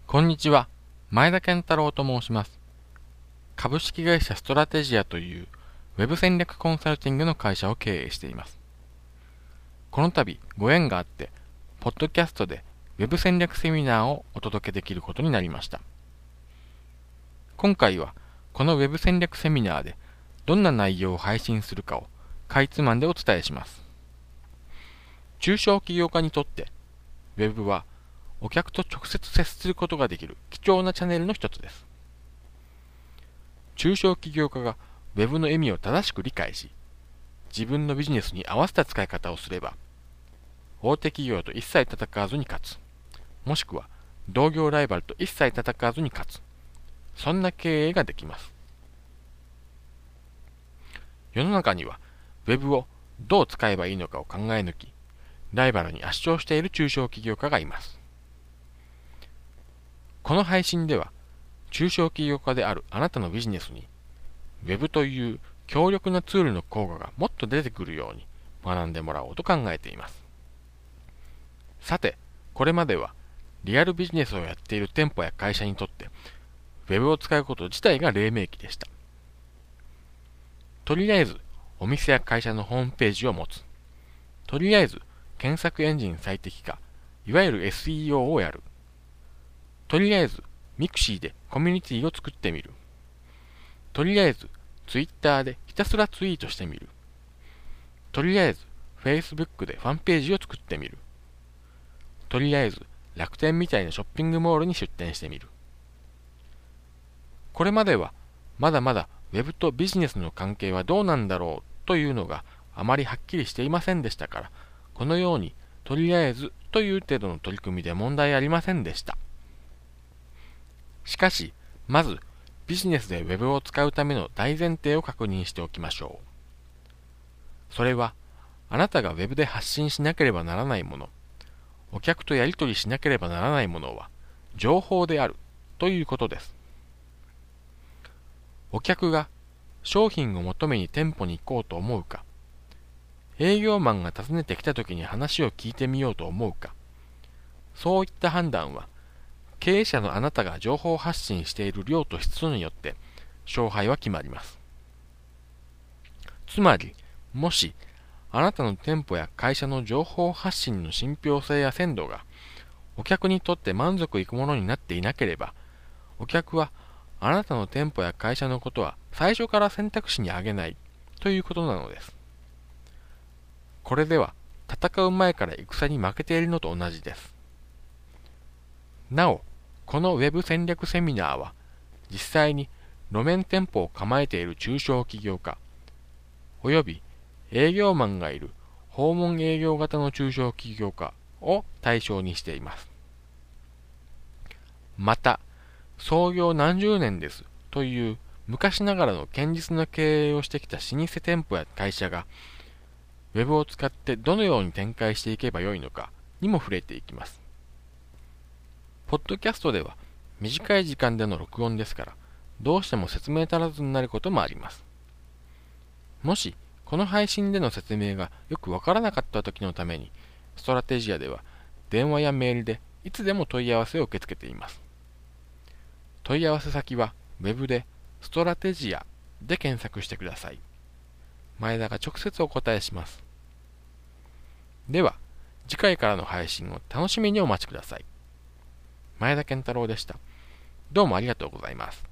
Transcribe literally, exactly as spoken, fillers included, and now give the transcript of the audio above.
こんにちは、前田健太郎と申します。株式会社ストラテジアというウェブ戦略コンサルティングの会社を経営しています。この度ご縁があって、ポッドキャストでウェブ戦略セミナーをお届けできることになりました。今回はこのウェブ戦略セミナーでどんな内容を配信するかをかいつまんでお伝えします。中小企業家にとってウェブはお客と直接接することができる貴重なチャンネルの一つです。中小企業家がウェブの意味を正しく理解し、自分のビジネスに合わせた使い方をすれば、大手企業と一切戦わずに勝つ、もしくは同業ライバルと一切戦わずに勝つ、そんな経営ができます。世の中にはウェブをどう使えばいいのかを考え抜き、ライバルに圧勝している中小企業家がいます。この配信では、中小企業家であるあなたのビジネスに、ウェブという強力なツールの効果がもっと出てくるように学んでもらおうと考えています。さて、これまではリアルビジネスをやっている店舗や会社にとって、ウェブを使うこと自体が黎明期でした。とりあえず、お店や会社のホームページを持つ。とりあえず、検索エンジン最適化、いわゆる エスイーオー をやる。とりあえず、ミクシーでコミュニティを作ってみる。とりあえず、ツイッターでひたすらツイートしてみる。とりあえず、フェイスブックでファンページを作ってみる。とりあえず、楽天みたいなショッピングモールに出店してみる。これまでは、まだまだウェブとビジネスの関係はどうなんだろうというのがあまりはっきりしていませんでしたから、このように、とりあえずという程度の取り組みで問題ありませんでした。しかし、まずビジネスでウェブを使うための大前提を確認しておきましょう。それは、あなたがウェブで発信しなければならないもの、お客とやり取りしなければならないものは、情報であるということです。お客が商品を求めに店舗に行こうと思うか、営業マンが訪ねてきたときに話を聞いてみようと思うか、そういった判断は、経営者のあなたが情報発信している量と質によって勝敗は決まります。つまり、もしあなたの店舗や会社の情報発信の信憑性や鮮度がお客にとって満足いくものになっていなければ、お客はあなたの店舗や会社のことは最初から選択肢に挙げないということなのです。これでは戦う前から戦に負けているのと同じです。なお、このウェブ戦略セミナーは、実際に路面店舗を構えている中小企業家、および営業マンがいる訪問営業型の中小企業家を対象にしています。また、創業何十年ですという昔ながらの堅実な経営をしてきた老舗店舗や会社が、ウェブを使ってどのように展開していけばよいのかにも触れていきます。ポッドキャストでは短い時間での録音ですから、どうしても説明足らずになることもあります。もし、この配信での説明がよくわからなかった時のために、ストラテジアでは電話やメールでいつでも問い合わせを受け付けています。問い合わせ先は、ウェブでストラテジアで検索してください。前田が直接お答えします。では、次回からの配信を楽しみにお待ちください。前田健太郎でした。どうもありがとうございます。